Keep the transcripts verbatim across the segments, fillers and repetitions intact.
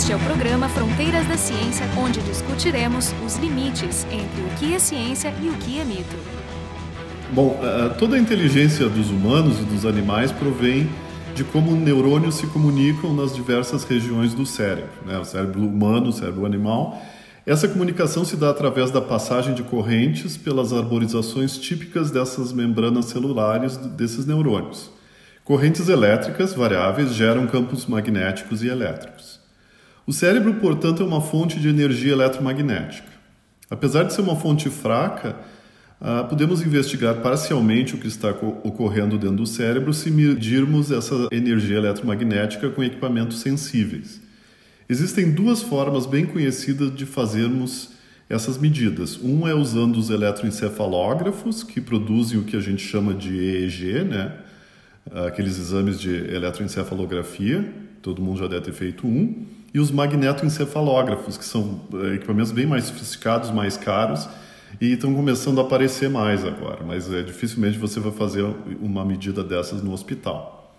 Este é o programa Fronteiras da Ciência, onde discutiremos os limites entre o que é ciência e o que é mito. Bom, toda a inteligência dos humanos e dos animais provém de como neurônios se comunicam nas diversas regiões do cérebro, né? O cérebro humano, o cérebro animal. Essa comunicação se dá através da passagem de correntes pelas arborizações típicas dessas membranas celulares desses neurônios. Correntes elétricas variáveis geram campos magnéticos e elétricos. O cérebro, portanto, é uma fonte de energia eletromagnética. Apesar de ser uma fonte fraca, ah, podemos investigar parcialmente o que está ocorrendo dentro do cérebro se medirmos essa energia eletromagnética com equipamentos sensíveis. Existem duas formas bem conhecidas de fazermos essas medidas. Um é usando os eletroencefalógrafos, que produzem o que a gente chama de E E G, né? Aqueles exames de eletroencefalografia, todo mundo já deve ter feito um, e os magnetoencefalógrafos, que são equipamentos bem mais sofisticados, mais caros, e estão começando a aparecer mais agora, mas é, dificilmente você vai fazer uma medida dessas no hospital.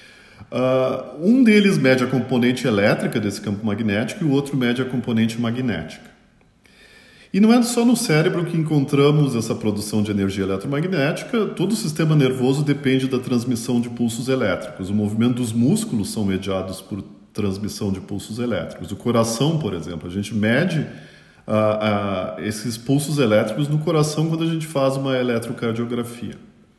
Uh, um deles mede a componente elétrica desse campo magnético e o outro mede a componente magnética. E não é só no cérebro que encontramos essa produção de energia eletromagnética, todo o sistema nervoso depende da transmissão de pulsos elétricos. O movimento dos músculos são mediados por transmissão de pulsos elétricos. O coração, por exemplo, a gente mede uh, uh, esses pulsos elétricos no coração quando a gente faz uma eletrocardiografia.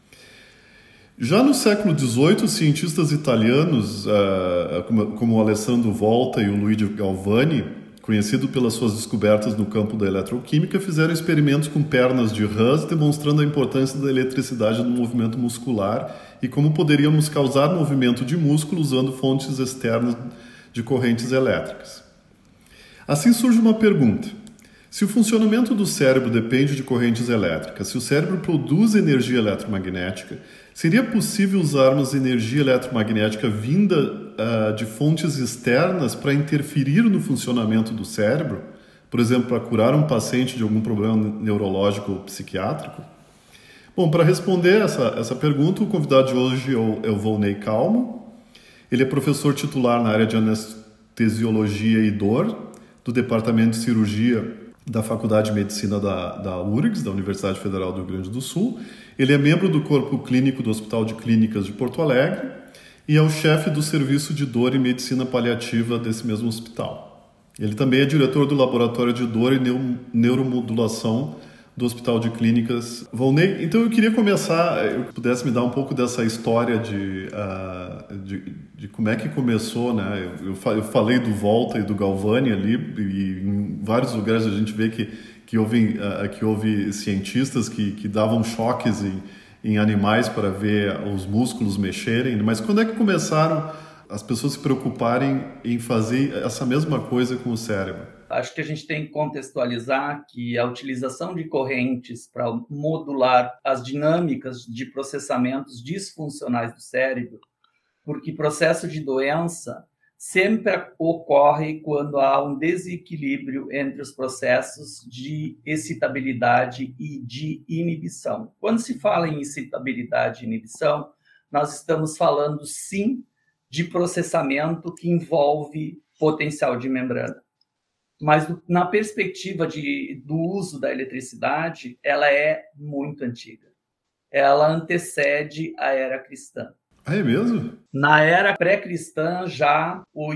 Já no século dezoito, cientistas italianos, uh, como, como o Alessandro Volta e o Luigi Galvani, conhecido pelas suas descobertas no campo da eletroquímica, fizeram experimentos com pernas de rãs, demonstrando a importância da eletricidade no movimento muscular e como poderíamos causar movimento de músculo usando fontes externas de correntes elétricas. Assim surge uma pergunta. Se o funcionamento do cérebro depende de correntes elétricas, se o cérebro produz energia eletromagnética, seria possível usarmos energia eletromagnética vinda uh, de fontes externas para interferir no funcionamento do cérebro? Por exemplo, para curar um paciente de algum problema neurológico ou psiquiátrico? Bom, para responder essa, essa pergunta, o convidado de hoje é o, é o Volney Calmo. Ele é professor titular na área de anestesiologia e dor do Departamento de Cirurgia da Faculdade de Medicina da, da U R G S, da Universidade Federal do Rio Grande do Sul. Ele é membro do Corpo Clínico do Hospital de Clínicas de Porto Alegre e é o chefe do Serviço de Dor e Medicina Paliativa desse mesmo hospital. Ele também é diretor do Laboratório de Dor e Neuromodulação do Hospital de Clínicas. Volney, então eu queria começar, eu pudesse me dar um pouco dessa história de, uh, de, de como é que começou, né? Eu, eu falei do Volta e do Galvani ali, e em vários lugares a gente vê que, que, houve, uh, que houve cientistas que, que davam choques em, em animais para ver os músculos mexerem, mas quando é que começaram as pessoas se preocuparem em fazer essa mesma coisa com o cérebro? Acho que a gente tem que contextualizar que a utilização de correntes para modular as dinâmicas de processamentos disfuncionais do cérebro, porque processo de doença sempre ocorre quando há um desequilíbrio entre os processos de excitabilidade e de inibição. Quando se fala em excitabilidade e inibição, nós estamos falando, sim, de processamento que envolve potencial de membrana. Mas na perspectiva de, do uso da eletricidade, ela é muito antiga. Ela antecede a era cristã. Ah, é mesmo? Na era pré-cristã, já o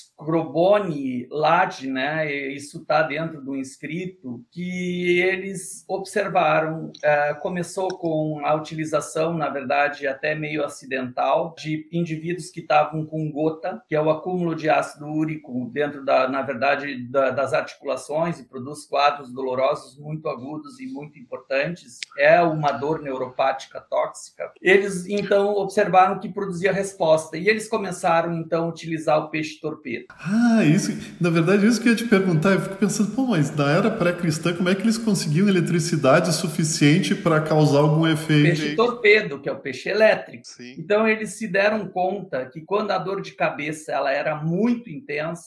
Scrobone Lade, né, isso está dentro do inscrito, que eles observaram, é, começou com a utilização, na verdade, até meio acidental, de indivíduos que estavam com gota, que é o acúmulo de ácido úrico dentro, da, na verdade, da, das articulações e produz quadros dolorosos muito agudos e muito importantes. É uma dor neuropática tóxica. Eles, então, observaram que produzia resposta e eles começaram, então, a utilizar o peixe-torpedo. Ah, isso, na verdade, isso que eu ia te perguntar, eu fico pensando, pô, mas na era pré-cristã, como é que eles conseguiam eletricidade suficiente para causar algum efeito? Peixe-torpedo, que é o peixe elétrico. Sim. Então, eles se deram conta que quando a dor de cabeça ela era muito intensa,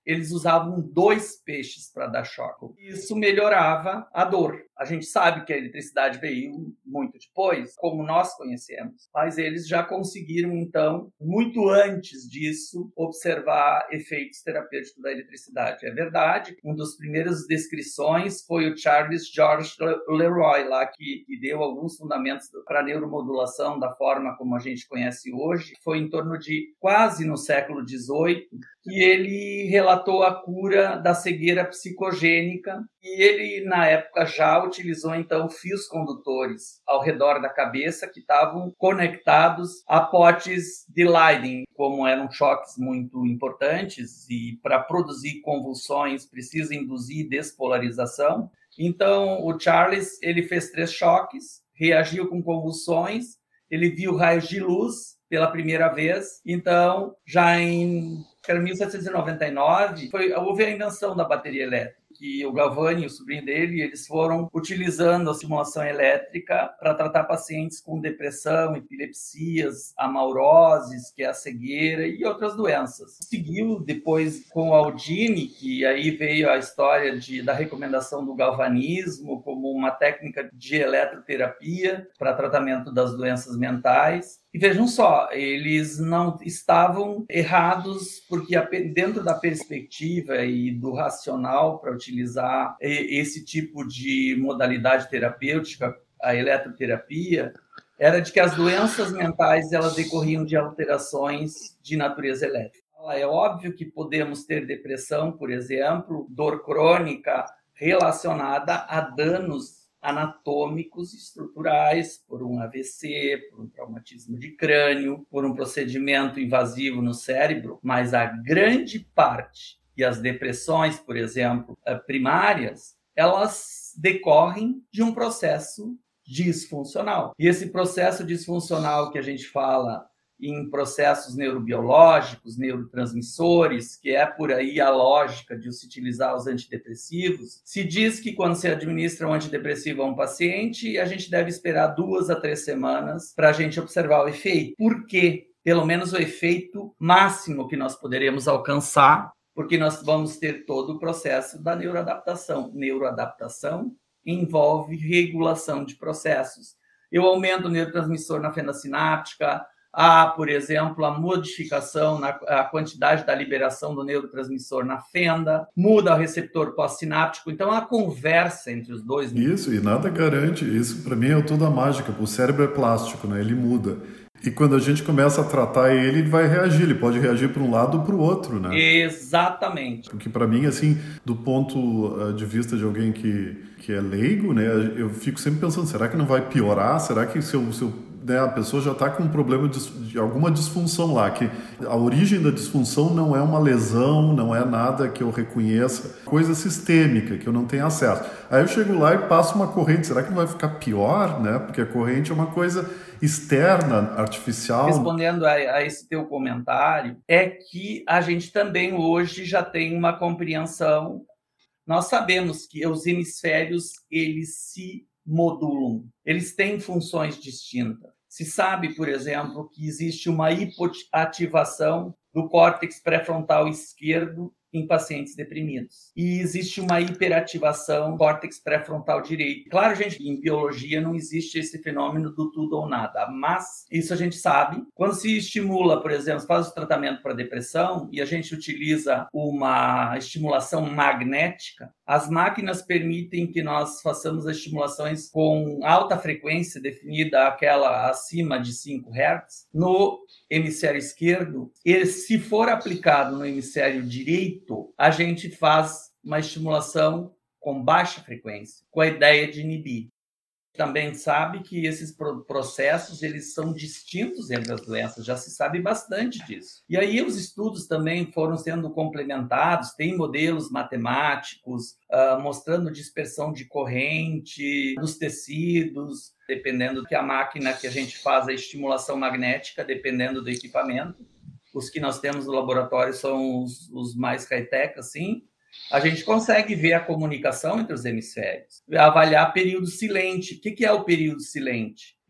eles usavam dois peixes para dar choque. Isso melhorava a dor. A gente sabe que a eletricidade veio muito depois, como nós conhecemos, mas eles já conseguiram, então, muito antes disso, observar efeitos terapêuticos da eletricidade. É verdade, uma das primeiras descrições foi o Charles George Leroy, lá que, que deu alguns fundamentos para a neuromodulação da forma como a gente conhece hoje. Foi em torno de quase no século dezoito que ele relatou a cura da cegueira psicogênica e ele, na época, já utilizou, então, fios condutores ao redor da cabeça que estavam conectados a potes de Leyden. Como eram choques muito importantes e para produzir convulsões precisa induzir despolarização. Então, o Charles ele fez três choques, reagiu com convulsões, ele viu raios de luz pela primeira vez. Então, já em mil setecentos e noventa e nove, foi, houve a invenção da bateria elétrica, que o Galvani e o sobrinho dele, eles foram utilizando a estimulação elétrica para tratar pacientes com depressão, epilepsias, amauroses, que é a cegueira, e outras doenças. Seguiu depois com o Aldini, que aí veio a história de, da recomendação do galvanismo como uma técnica de eletroterapia para tratamento das doenças mentais. E vejam só, eles não estavam errados, porque dentro da perspectiva e do racional para utilizar esse tipo de modalidade terapêutica, a eletroterapia, era de que as doenças mentais elas decorriam de alterações de natureza elétrica. É óbvio que podemos ter depressão, por exemplo, dor crônica relacionada a danos anatômicos estruturais, por um A V C, por um traumatismo de crânio, por um procedimento invasivo no cérebro, mas a grande parte, e as depressões, por exemplo, primárias, elas decorrem de um processo disfuncional. E esse processo disfuncional que a gente fala em processos neurobiológicos, neurotransmissores, que é por aí a lógica de se utilizar os antidepressivos, se diz que quando se administra um antidepressivo a um paciente, a gente deve esperar duas a três semanas para a gente observar o efeito. Por quê? Pelo menos o efeito máximo que nós poderemos alcançar, porque nós vamos ter todo o processo da neuroadaptação. Neuroadaptação envolve regulação de processos. Eu aumento o neurotransmissor na fenda sináptica, há, por exemplo, a modificação na a quantidade da liberação do neurotransmissor na fenda, muda o receptor pós-sináptico, então a conversa entre os dois... Isso, e nada garante, isso para mim é toda a mágica, o cérebro é plástico, né? Ele muda. E quando a gente começa a tratar ele, ele vai reagir, ele pode reagir para um lado ou para o outro, né? Exatamente. Porque para mim, assim, do ponto de vista de alguém que, que é leigo, né, eu fico sempre pensando, será que não vai piorar? Será que se eu, se eu, né, a pessoa já está com um problema de, de alguma disfunção lá, que a origem da disfunção não é uma lesão, não é nada que eu reconheça, coisa sistêmica, que eu não tenho acesso. Aí eu chego lá e passo uma corrente, será que não vai ficar pior, né? Porque a corrente é uma coisa externa, artificial. Respondendo a, a esse teu comentário, é que a gente também hoje já tem uma compreensão. Nós sabemos que os hemisférios, eles se modulam, eles têm funções distintas. Se sabe, por exemplo, que existe uma hipoativação do córtex pré-frontal esquerdo em pacientes deprimidos. E existe uma hiperativação do córtex pré-frontal direito. Claro, gente, em biologia não existe esse fenômeno do tudo ou nada, mas isso a gente sabe. Quando se estimula, por exemplo, faz o tratamento para depressão e a gente utiliza uma estimulação magnética, as máquinas permitem que nós façamos as estimulações com alta frequência, definida aquela acima de cinco hertz, no hemisfério esquerdo, e se for aplicado no hemisfério direito, a gente faz uma estimulação com baixa frequência, com a ideia de inibir. Também sabe que esses processos eles são distintos entre as doenças, já se sabe bastante disso. E aí os estudos também foram sendo complementados, tem modelos matemáticos uh, mostrando dispersão de corrente dos tecidos, dependendo que a máquina que a gente faz a estimulação magnética, dependendo do equipamento. Os que nós temos no laboratório são os, os mais high-tech, assim. A gente consegue ver a comunicação entre os hemisférios, avaliar período silente. O que é o período silente?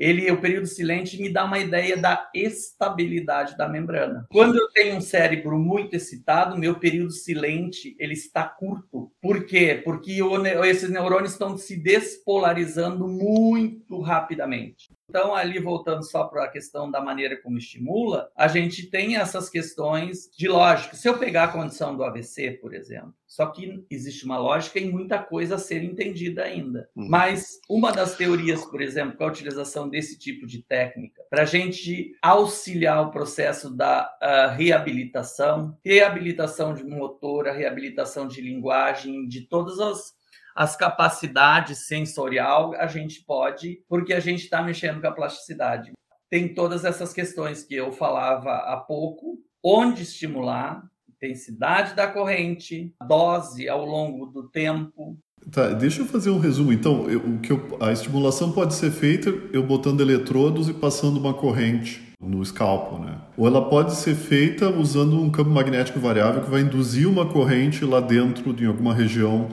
ele, o período silente me dá uma ideia da estabilidade da membrana. Quando eu tenho um cérebro muito excitado, meu período silente ele está curto. Por quê? Porque o, esses neurônios estão se despolarizando muito rapidamente. Então, ali voltando só para a questão da maneira como estimula, a gente tem essas questões de lógica. Se eu pegar a condição do A V C, por exemplo, só que existe uma lógica e muita coisa a ser entendida ainda. Uhum. Mas uma das teorias, por exemplo, com a utilização desse tipo de técnica, para a gente auxiliar o processo da uh, reabilitação, reabilitação de motora, reabilitação de linguagem, de todas as as capacidades sensorial, a gente pode, porque a gente está mexendo com a plasticidade. Tem todas essas questões que eu falava há pouco, onde estimular, intensidade da corrente, dose ao longo do tempo. Tá, deixa eu fazer um resumo. Então, eu, o que eu, a estimulação pode ser feita eu botando eletrodos e passando uma corrente no escalpo, né? Ou ela pode ser feita usando um campo magnético variável que vai induzir uma corrente lá dentro de alguma região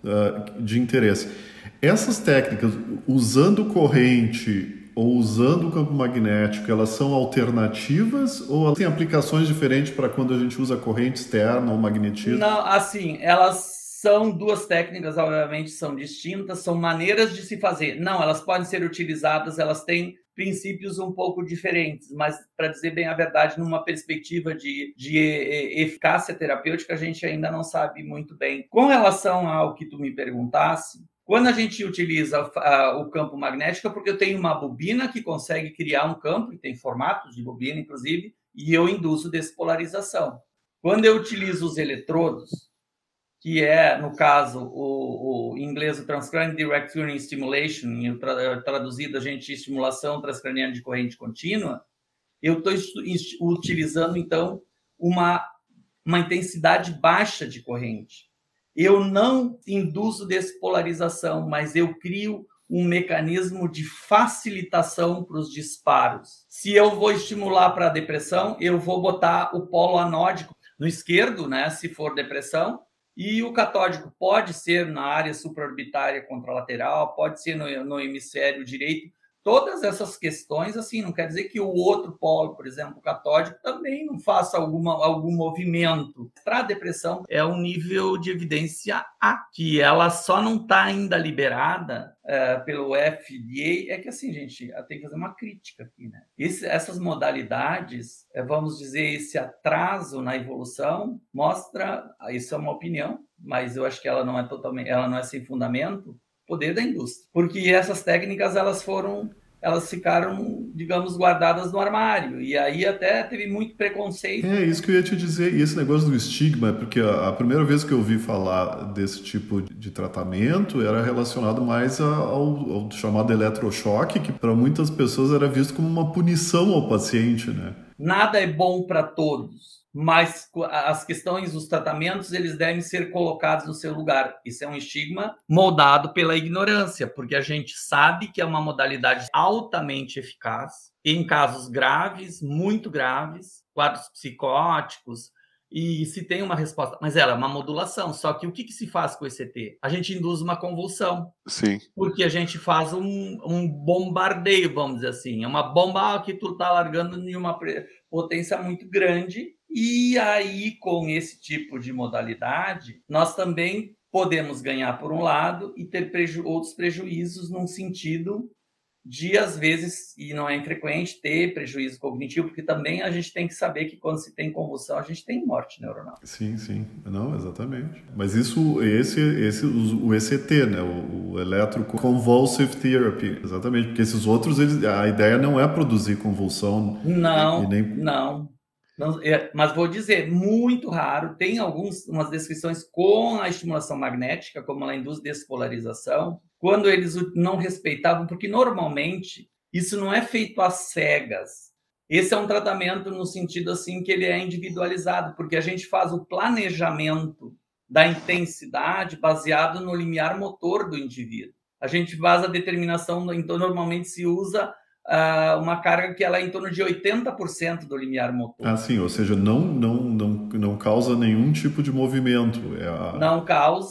de interesse. Essas técnicas, usando corrente ou usando o campo magnético, elas são alternativas ou elas têm aplicações diferentes para quando a gente usa corrente externa ou magnetismo? Não, assim, elas são duas técnicas, obviamente são distintas, são maneiras de se fazer. Não, elas podem ser utilizadas, elas têm princípios um pouco diferentes, mas, para dizer bem a verdade, numa perspectiva de, de eficácia terapêutica, a gente ainda não sabe muito bem. Com relação ao que tu me perguntasse, quando a gente utiliza uh, o campo magnético, é porque eu tenho uma bobina que consegue criar um campo, e tem formatos de bobina, inclusive, e eu induzo despolarização. Quando eu utilizo os eletrodos, que é, no caso, o, o em inglês, o Transcranial Direct Tuning Stimulation, e tra, traduzido a gente estimulação transcraniana de corrente contínua, eu estou utilizando, então, uma, uma intensidade baixa de corrente. Eu não induzo despolarização, mas eu crio um mecanismo de facilitação para os disparos. Se eu vou estimular para a depressão, eu vou botar o polo anódico no esquerdo, né, se for depressão, e o catódico pode ser na área supraorbitária contralateral, pode ser no, no hemisfério direito. Todas essas questões, assim, não quer dizer que o outro polo, por exemplo, o catódico, também não faça alguma, algum movimento. Para a depressão, é um nível de evidência A, que ela só não está ainda liberada é, pelo F D A. É que, assim, gente, tem que fazer uma crítica aqui, né? Esse, essas modalidades, é, vamos dizer, esse atraso na evolução, mostra, isso é uma opinião, mas eu acho que ela não é totalmente, ela não é sem fundamento, poder da indústria, porque essas técnicas elas foram, elas ficaram, digamos, guardadas no armário, e aí até teve muito preconceito. É isso que eu ia te dizer, e esse negócio do estigma, porque a, a primeira vez que eu ouvi falar desse tipo de tratamento era relacionado mais ao, ao chamado eletrochoque, que para muitas pessoas era visto como uma punição ao paciente, né? Nada é bom para todos, mas as questões, os tratamentos, eles devem ser colocados no seu lugar. Isso é um estigma moldado pela ignorância, porque a gente sabe que é uma modalidade altamente eficaz em casos graves, muito graves, quadros psicóticos, e se tem uma resposta, mas ela é uma modulação, só que o que, que se faz com o E C T? A gente induz uma convulsão. Sim. Porque a gente faz um, um bombardeio, vamos dizer assim, é uma bomba que tu tá largando em uma potência muito grande, e aí com esse tipo de modalidade, nós também podemos ganhar por um lado e ter preju- outros prejuízos num sentido de, às vezes, e não é infrequente, ter prejuízo cognitivo, porque também a gente tem que saber que quando se tem convulsão, a gente tem morte neuronal. Sim, sim. Não, exatamente. Mas isso, esse, esse o E C T, né? O, o Electroconvulsive Therapy, exatamente, porque esses outros, eles, a ideia não é produzir convulsão. Não, e nem... não. Não, é, mas vou dizer, muito raro, tem algumas descrições com a estimulação magnética, como ela induz despolarização, quando eles não respeitavam, porque normalmente isso não é feito às cegas. Esse é um tratamento no sentido assim que ele é individualizado, porque a gente faz o planejamento da intensidade baseado no limiar motor do indivíduo. A gente faz a determinação, então normalmente se usa Uh, uma carga que ela é em torno de oitenta por cento do limiar motor. Ah, sim, ou seja, não, não, não, não causa nenhum tipo de movimento. É a... Não causa,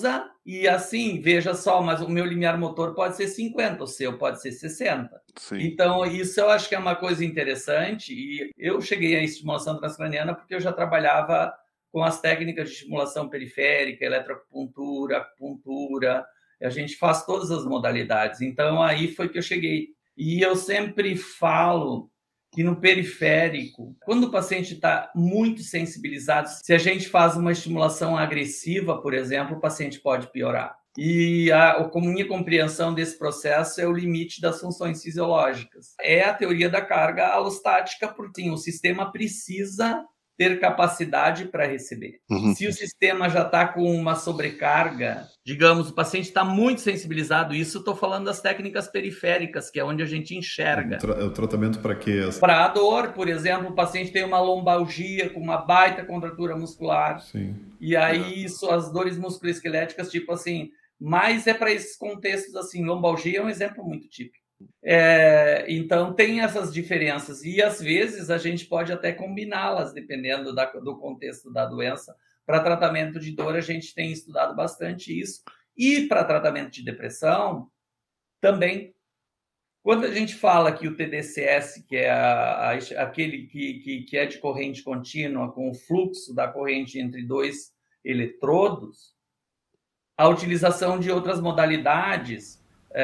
E assim, veja só, mas o meu limiar motor pode ser cinquenta, o seu pode ser sessenta. Sim. Então, isso eu acho que é uma coisa interessante. E eu cheguei à estimulação transcraniana porque eu já trabalhava com as técnicas de estimulação periférica, eletroacupuntura, acupuntura. A gente faz todas as modalidades. Então, aí foi que eu cheguei. E eu sempre falo que no periférico, quando o paciente está muito sensibilizado, se a gente faz uma estimulação agressiva, por exemplo, o paciente pode piorar. E a, a minha compreensão desse processo é o limite das funções fisiológicas. É a teoria da carga alostática, porque sim, o sistema precisa ter capacidade para receber. Uhum. Se o sistema já está com uma sobrecarga, digamos, o paciente está muito sensibilizado, isso eu estou falando das técnicas periféricas, que é onde a gente enxerga. O, tra- o tratamento para quê? Para a dor, por exemplo, o paciente tem uma lombalgia com uma baita contratura muscular. Sim. E aí, isso, as dores musculoesqueléticas, tipo assim, mas é para esses contextos assim, lombalgia é um exemplo muito típico. É, então tem essas diferenças e às vezes a gente pode até combiná-las dependendo da, do contexto da doença. Para tratamento de dor a gente tem estudado bastante isso, e para tratamento de depressão também. Quando a gente fala que o T D C S, que é a, a, aquele que, que, que é de corrente contínua, com o fluxo da corrente entre dois eletrodos, a utilização de outras modalidades,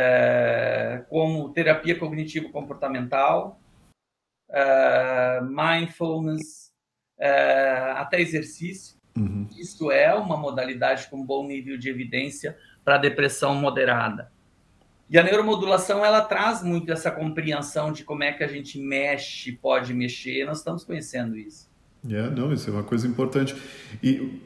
É, como terapia cognitivo-comportamental, é, mindfulness, é, até exercício. Uhum. Isso é uma modalidade com bom nível de evidência para depressão moderada. E a neuromodulação, ela traz muito essa compreensão de como é que a gente mexe, pode mexer. Nós estamos conhecendo isso. É, não, isso é uma coisa importante. E,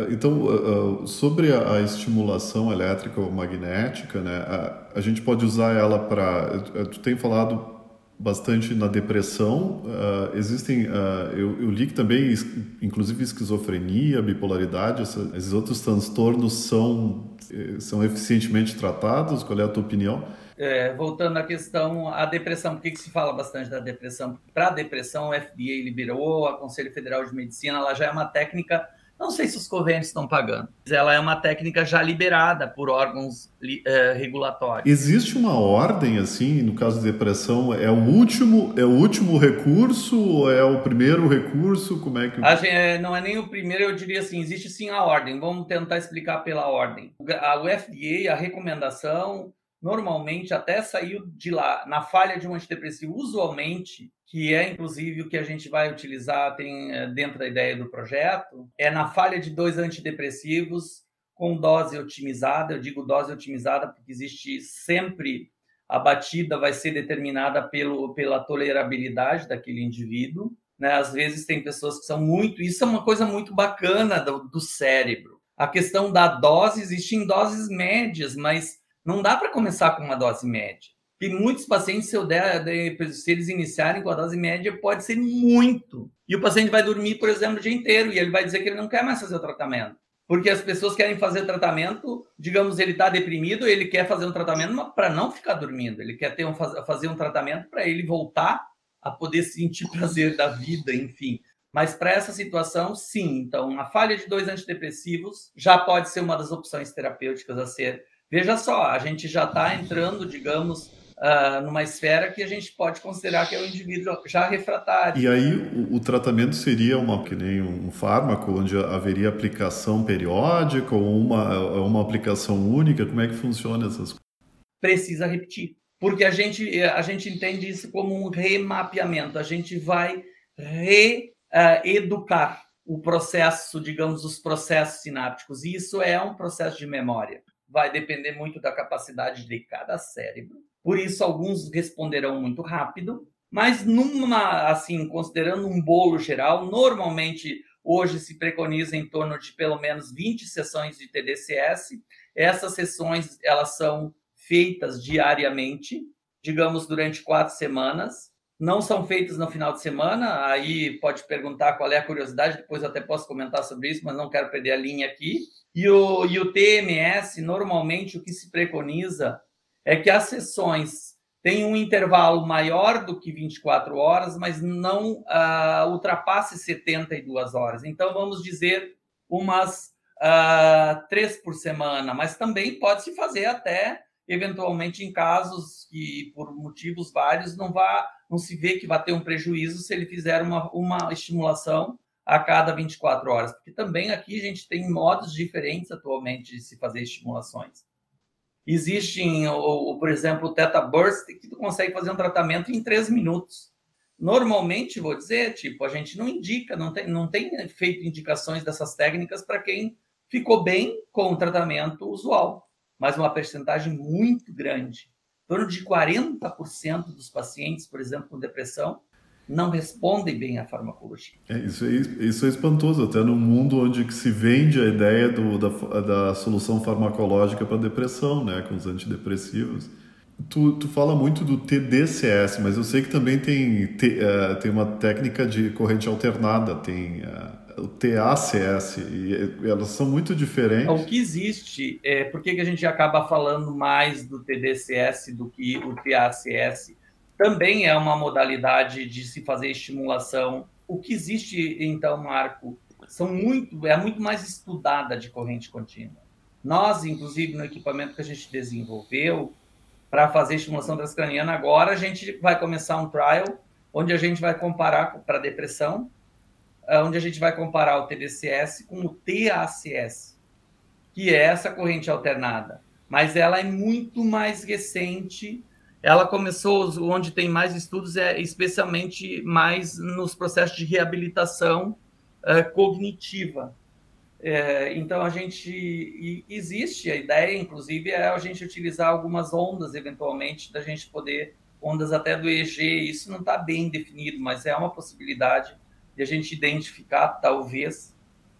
então, sobre a estimulação elétrica ou magnética, né, a, a gente pode usar ela para... Tu tem falado bastante na depressão, uh, existem... Uh, eu, eu li que também, inclusive, esquizofrenia, bipolaridade, essa, esses outros transtornos são, são eficientemente tratados? Qual é a tua opinião? É, voltando à questão, a depressão, por que, que se fala bastante da depressão? Para a depressão, o F D A liberou, a Conselho Federal de Medicina, ela já é uma técnica, não sei se os convênios estão pagando, mas ela é uma técnica já liberada por órgãos é, regulatórios. Existe uma ordem, assim, no caso de depressão, é o último, é o último recurso ou é o primeiro recurso? Como é que... A gente, não é nem o primeiro, eu diria assim, existe sim a ordem, vamos tentar explicar pela ordem. O F D A, a recomendação... normalmente até saiu de lá, na falha de um antidepressivo, usualmente, que é inclusive o que a gente vai utilizar tem, dentro da ideia do projeto, é na falha de dois antidepressivos com dose otimizada. Eu digo dose otimizada porque existe sempre, a batida vai ser determinada pelo, pela tolerabilidade daquele indivíduo, né? Às vezes tem pessoas que são muito... Isso é uma coisa muito bacana do, do cérebro. A questão da dose, existe em doses médias, mas não dá para começar com uma dose média. E muitos pacientes, se, eu der, se eles iniciarem com a dose média, pode ser muito. E o paciente vai dormir, por exemplo, o dia inteiro, e ele vai dizer que ele não quer mais fazer o tratamento. Porque as pessoas querem fazer tratamento, digamos, ele está deprimido, ele quer fazer um tratamento para não ficar dormindo. Ele quer ter um, fazer um tratamento para ele voltar a poder sentir prazer da vida, enfim. Mas para essa situação, sim. Então, a falha de dois antidepressivos já pode ser uma das opções terapêuticas a ser. Veja só, a gente já está entrando, digamos, uh, numa esfera que a gente pode considerar que é o indivíduo já refratário. E aí o, o tratamento seria uma, que nem um fármaco, onde haveria aplicação periódica ou uma, uma aplicação única? Como é que funciona essas coisas? Precisa repetir, porque a gente, a gente entende isso como um remapeamento. A gente vai reeducar uh, o processo, digamos, os processos sinápticos. E isso é um processo de memória. Vai depender muito da capacidade de cada cérebro. Por isso, alguns responderão muito rápido, mas numa, assim, considerando um bolo geral, normalmente hoje se preconiza em torno de pelo menos vinte sessões de T D C S. Essas sessões, elas são feitas diariamente, digamos, durante quatro semanas. Não são feitas no final de semana, aí pode perguntar qual é a curiosidade, depois eu até posso comentar sobre isso, mas não quero perder a linha aqui. E o, e o T M S, normalmente, o que se preconiza é que as sessões tenham um intervalo maior do que vinte e quatro horas, mas não uh, ultrapasse setenta e duas horas. Então, vamos dizer, umas uh, três por semana, mas também pode se fazer até, eventualmente, em casos que, por motivos vários, não, vá, não se vê que vai ter um prejuízo se ele fizer uma, uma estimulação a cada vinte e quatro horas, porque também aqui a gente tem modos diferentes atualmente de se fazer estimulações. Existem, ou, por exemplo, o Theta Burst, que tu consegue fazer um tratamento em três minutos. Normalmente, vou dizer, tipo, a gente não indica, não tem, não tem feito indicações dessas técnicas para quem ficou bem com o tratamento usual, mas uma percentagem muito grande, em torno de quarenta por cento dos pacientes, por exemplo, com depressão, não respondem bem à farmacologia. É, isso, é, isso é espantoso, até no mundo onde que se vende a ideia do, da, da solução farmacológica para depressão, né, com os antidepressivos. Tu, tu fala muito do T D C S, mas eu sei que também tem, te, uh, tem uma técnica de corrente alternada, tem uh, o T A C S, e elas são muito diferentes. O que existe, é, por que, que a gente acaba falando mais do T D C S do que o T A C S? Também é uma modalidade de se fazer estimulação. O que existe, então, Marco, são muito, é muito mais estudada de corrente contínua. Nós, inclusive, no equipamento que a gente desenvolveu para fazer estimulação transcraniana, agora a gente vai começar um trial onde a gente vai comparar para depressão, onde a gente vai comparar o T D C S com o T A C S, que é essa corrente alternada. Mas ela é muito mais recente. Ela começou, onde tem mais estudos, é especialmente mais nos processos de reabilitação uh, cognitiva. É, então, a gente... Existe a ideia, inclusive, é a gente utilizar algumas ondas, eventualmente, da gente poder... Ondas até do E E G, isso não está bem definido, mas é uma possibilidade de a gente identificar, talvez...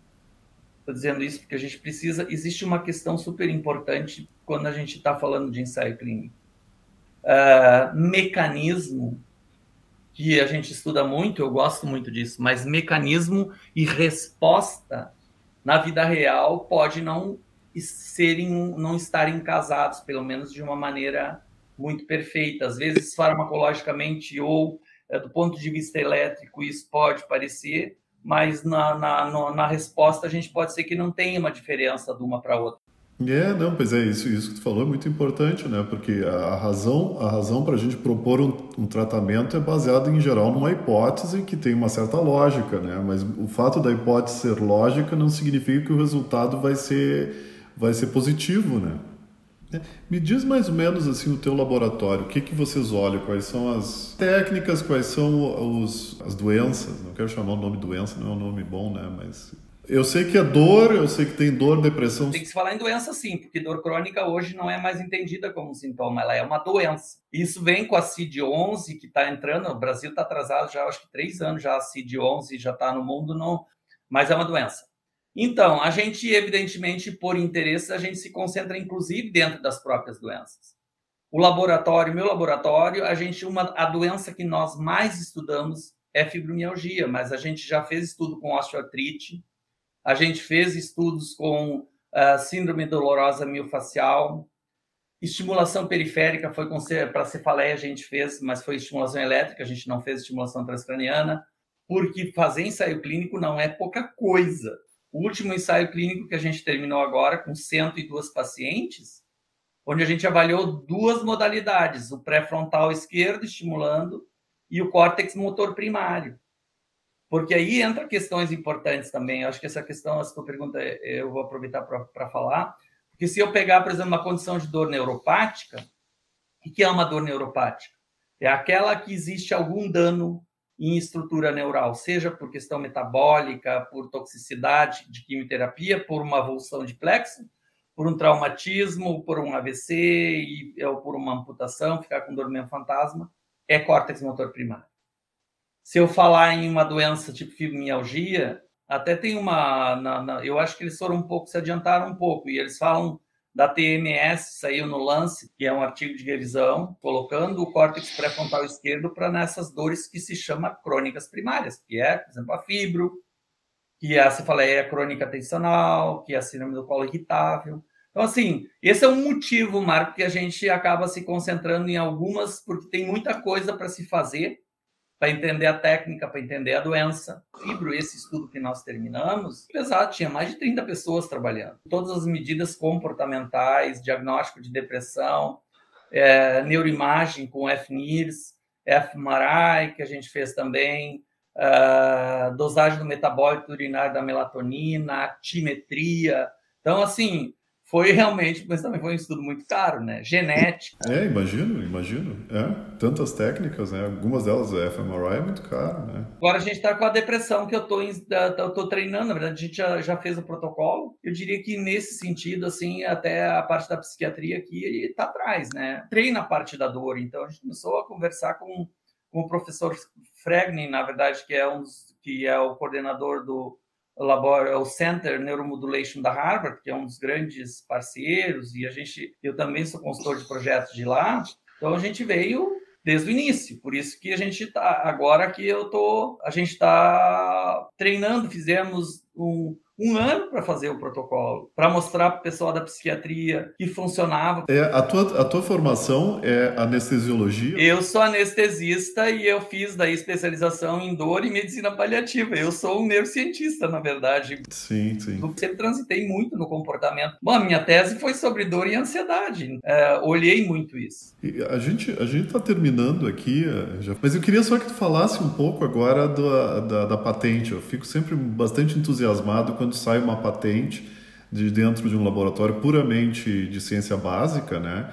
Estou dizendo isso porque a gente precisa... Existe uma questão super importante quando a gente está falando de ensaio clínico. Uh, mecanismo, que a gente estuda muito, eu gosto muito disso, mas mecanismo e resposta na vida real pode não serem, não estarem casados, pelo menos de uma maneira muito perfeita. Às vezes, farmacologicamente ou uh, do ponto de vista elétrico, isso pode parecer, mas na, na, na resposta a gente pode ser que não tenha uma diferença de uma para outra. É, não, pois é, isso, isso que tu falou é muito importante, né? Porque a, a razão, a razão para a gente propor um, um tratamento é baseada, em geral, numa hipótese que tem uma certa lógica, né? Mas o fato da hipótese ser lógica não significa que o resultado vai ser, vai ser positivo, né? É, me diz mais ou menos, assim, o teu laboratório, o que que vocês olham, quais são as técnicas, quais são os, as doenças, não quero chamar o nome doença, não é um nome bom, né? Mas... Eu sei que é dor, eu sei que tem dor, depressão... Tem que se falar em doença sim, porque dor crônica hoje não é mais entendida como um sintoma, ela é uma doença. Isso vem com a C I D onze, que está entrando, o Brasil está atrasado já, acho que três anos já, a C I D onze já está no mundo, não, mas é uma doença. Então, a gente, evidentemente, por interesse, a gente se concentra, inclusive, dentro das próprias doenças. O laboratório, meu laboratório, a gente, uma, a doença que nós mais estudamos é fibromialgia, mas a gente já fez estudo com osteoartrite, a gente fez estudos com uh, síndrome dolorosa miofascial, estimulação periférica foi para cefaleia, a gente fez, mas foi estimulação elétrica, a gente não fez estimulação transcraniana, porque fazer ensaio clínico não é pouca coisa. O último ensaio clínico que a gente terminou agora, com cento e duas pacientes, onde a gente avaliou duas modalidades, o pré-frontal esquerdo estimulando e o córtex motor primário. Porque aí entra questões importantes também. Eu acho que essa questão, essa tua pergunta, eu vou aproveitar para falar. Porque se eu pegar, por exemplo, uma condição de dor neuropática, o que é uma dor neuropática? É aquela que existe algum dano em estrutura neural, seja por questão metabólica, por toxicidade de quimioterapia, por uma avulsão de plexo, por um traumatismo, por um A V C, e, ou por uma amputação, ficar com dor meio fantasma, é córtex motor primário. Se eu falar em uma doença tipo fibromialgia, até tem uma... Na, na, eu acho que eles foram um pouco, se adiantaram um pouco, e eles falam da T M S, saiu no Lancet, que é um artigo de revisão, colocando o córtex pré-frontal esquerdo para nessas dores que se chama crônicas primárias, que é, por exemplo, a fibro, que é a cefaleia crônica tensional, que é a síndrome do colo irritável. Então, assim, esse é um motivo, Marco, que a gente acaba se concentrando em algumas, porque tem muita coisa para se fazer, para entender a técnica, para entender a doença. Fibro, esse estudo que nós terminamos, pesado, tinha mais de trinta pessoas trabalhando. Todas as medidas comportamentais, diagnóstico de depressão, é, neuroimagem com F N I R S, F M R I, que a gente fez também, uh, dosagem do metabólito urinário da melatonina, actimetria. Então, assim, foi realmente, mas também foi um estudo muito caro, né? Genética. É, imagino, imagino. É, tantas técnicas, né? Algumas delas, a F M R I é muito caro, né? Agora a gente está com a depressão que eu tô, estou treinando, na verdade a gente já, já fez o protocolo. Eu diria que nesse sentido, assim, até a parte da psiquiatria aqui está atrás, né? Treina a parte da dor, então a gente começou a conversar com, com o professor Fregnin, na verdade, que é, um, que é o coordenador do Labor, o Center Neuromodulation da Harvard, que é um dos grandes parceiros, e a gente, eu também sou consultor de projetos de lá, então a gente veio desde o início, por isso que a gente está, agora que eu tô, a gente está treinando, fizemos um, um ano para fazer o protocolo, para mostrar para o pessoal da psiquiatria que funcionava. É, a, tua, a tua formação é anestesiologia? Eu sou anestesista e eu fiz daí especialização em dor e medicina paliativa. Eu sou um neurocientista, na verdade. Sim, sim. Eu sempre transitei muito no comportamento. Bom, a minha tese foi sobre dor e ansiedade. É, olhei muito isso. E a gente a gente está terminando aqui, já, mas eu queria só que tu falasse um pouco agora do, da, da patente. Eu fico sempre bastante entusiasmado quando sai uma patente de dentro de um laboratório puramente de ciência básica, né?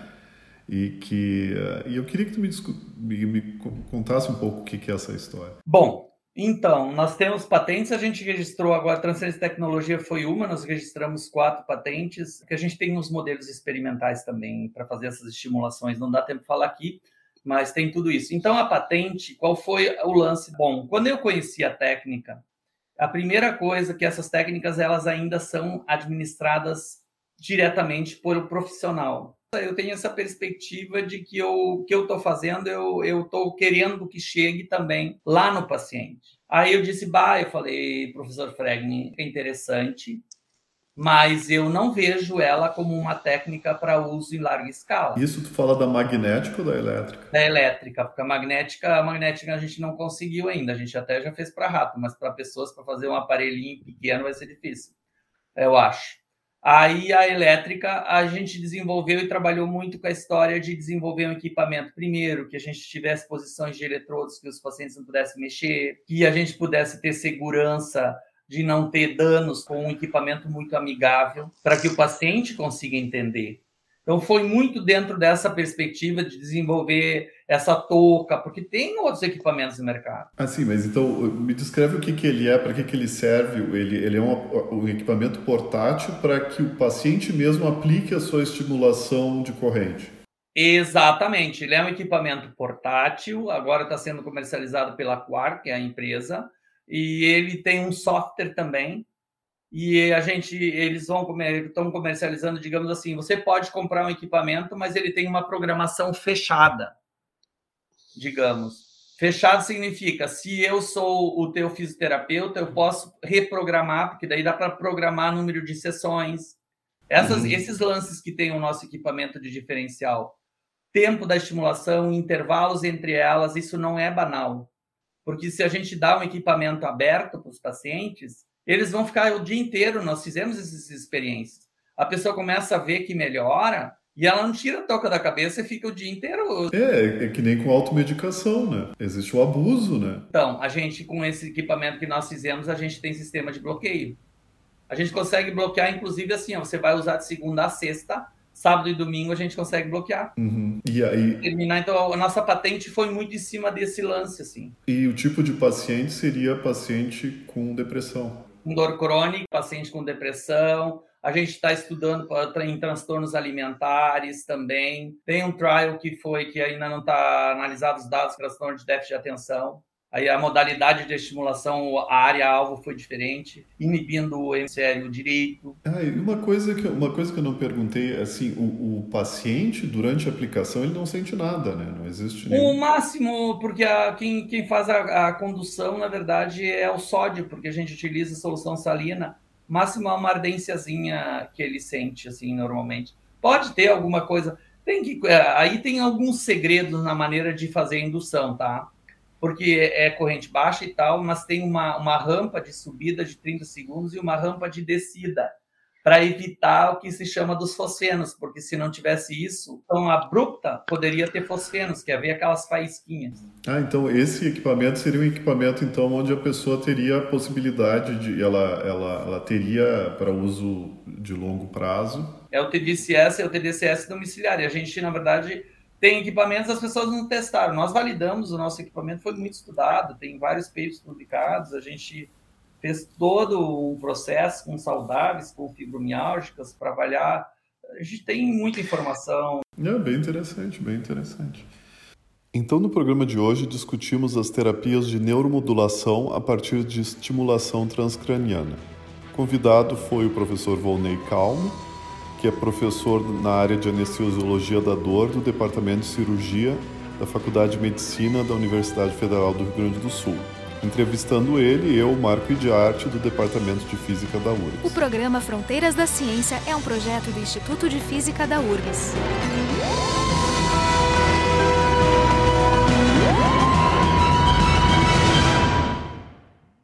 E que e eu queria que tu me, me, me contasse um pouco o que, que é essa história. Bom, então, nós temos patentes, a gente registrou agora, transferência de tecnologia foi uma, nós registramos quatro patentes, que a gente tem uns modelos experimentais também para fazer essas estimulações, não dá tempo de falar aqui, mas tem tudo isso. Então, a patente, qual foi o lance? Bom, quando eu conheci a técnica, a primeira coisa que essas técnicas, elas ainda são administradas diretamente por o profissional. Eu tenho essa perspectiva de que eu que eu estou fazendo, eu estou querendo que chegue também lá no paciente. Aí eu disse, bah, eu falei, professor Fregnin, é interessante, mas eu não vejo ela como uma técnica para uso em larga escala. Isso tu fala da magnética ou da elétrica? Da elétrica, porque a magnética, a magnética a gente não conseguiu ainda, a gente até já fez para rato, mas para pessoas, para fazer um aparelhinho pequeno vai ser difícil, eu acho. Aí a elétrica a gente desenvolveu e trabalhou muito com a história de desenvolver um equipamento, primeiro, que a gente tivesse posições de eletrodos que os pacientes não pudessem mexer, que a gente pudesse ter segurança de não ter danos com um equipamento muito amigável, para que o paciente consiga entender. Então, foi muito dentro dessa perspectiva de desenvolver essa touca, porque tem outros equipamentos no mercado. Ah, sim, mas então me descreve o que, que ele é, para que, que ele serve. Ele, ele é um, um equipamento portátil para que o paciente mesmo aplique a sua estimulação de corrente. Exatamente. Ele é um equipamento portátil, agora está sendo comercializado pela Quark, que é a empresa, e ele tem um software também. E a gente, eles vão estão comercializando, digamos assim, você pode comprar um equipamento, mas ele tem uma programação fechada, digamos. Fechado significa, se eu sou o teu fisioterapeuta, eu posso reprogramar, porque daí dá para programar número de sessões. Essas, uhum. Esses lances que tem o nosso equipamento de diferencial, tempo da estimulação, intervalos entre elas, isso não é banal. Porque se a gente dá um equipamento aberto para os pacientes, eles vão ficar o dia inteiro, nós fizemos essas experiências. A pessoa começa a ver que melhora e ela não tira a touca da cabeça e fica o dia inteiro. É, é que nem com automedicação, né? Existe o abuso, né? Então, a gente, com esse equipamento que nós fizemos, a gente tem sistema de bloqueio. A gente consegue bloquear, inclusive, assim, ó, você vai usar de segunda a sexta, sábado e domingo a gente consegue bloquear. Uhum. E aí... Terminar, então, a nossa patente foi muito em cima desse lance, assim. E o tipo de paciente seria paciente com depressão? Com dor crônica, paciente com depressão. A gente está estudando em transtornos alimentares também. Tem um trial que foi, que ainda não está analisado os dados, transtorno de déficit de atenção. Aí a modalidade de estimulação, a área-alvo foi diferente, inibindo o hemisfério direito. Ah, e uma coisa que, uma coisa que eu não perguntei, assim, o, o paciente, durante a aplicação, ele não sente nada, né? Não existe nenhum... O máximo, porque a, quem, quem faz a, a condução, na verdade, é o sódio, porque a gente utiliza solução salina. O máximo é uma ardênciazinha que ele sente, assim, normalmente. Pode ter alguma coisa... Tem que, aí tem alguns segredos na maneira de fazer a indução, tá? porque é corrente baixa e tal, mas tem uma, uma rampa de subida de trinta segundos e uma rampa de descida, para evitar o que se chama dos fosfenos, porque se não tivesse isso tão abrupta, poderia ter fosfenos, que é ver aquelas faísquinhas. Ah, então esse equipamento seria um equipamento então onde a pessoa teria a possibilidade de, ela, ela, ela teria para uso de longo prazo. É o T D C S, é o T D C S domiciliar, e a gente, na verdade, tem equipamentos, as pessoas não testaram. Nós validamos o nosso equipamento, foi muito estudado, tem vários papers publicados, a gente fez todo um processo com saudáveis, com fibromiálgicas, para avaliar. A gente tem muita informação. É bem interessante, bem interessante. Então, no programa de hoje, discutimos as terapias de neuromodulação a partir de estimulação transcraniana. O convidado foi o professor Volney Calmo, que é professor na área de anestesiologia da dor do Departamento de Cirurgia da Faculdade de Medicina da Universidade Federal do Rio Grande do Sul. Entrevistando ele, eu, Marco Idiarte, do Departamento de Física da U R G S. O programa Fronteiras da Ciência é um projeto do Instituto de Física da U R G S.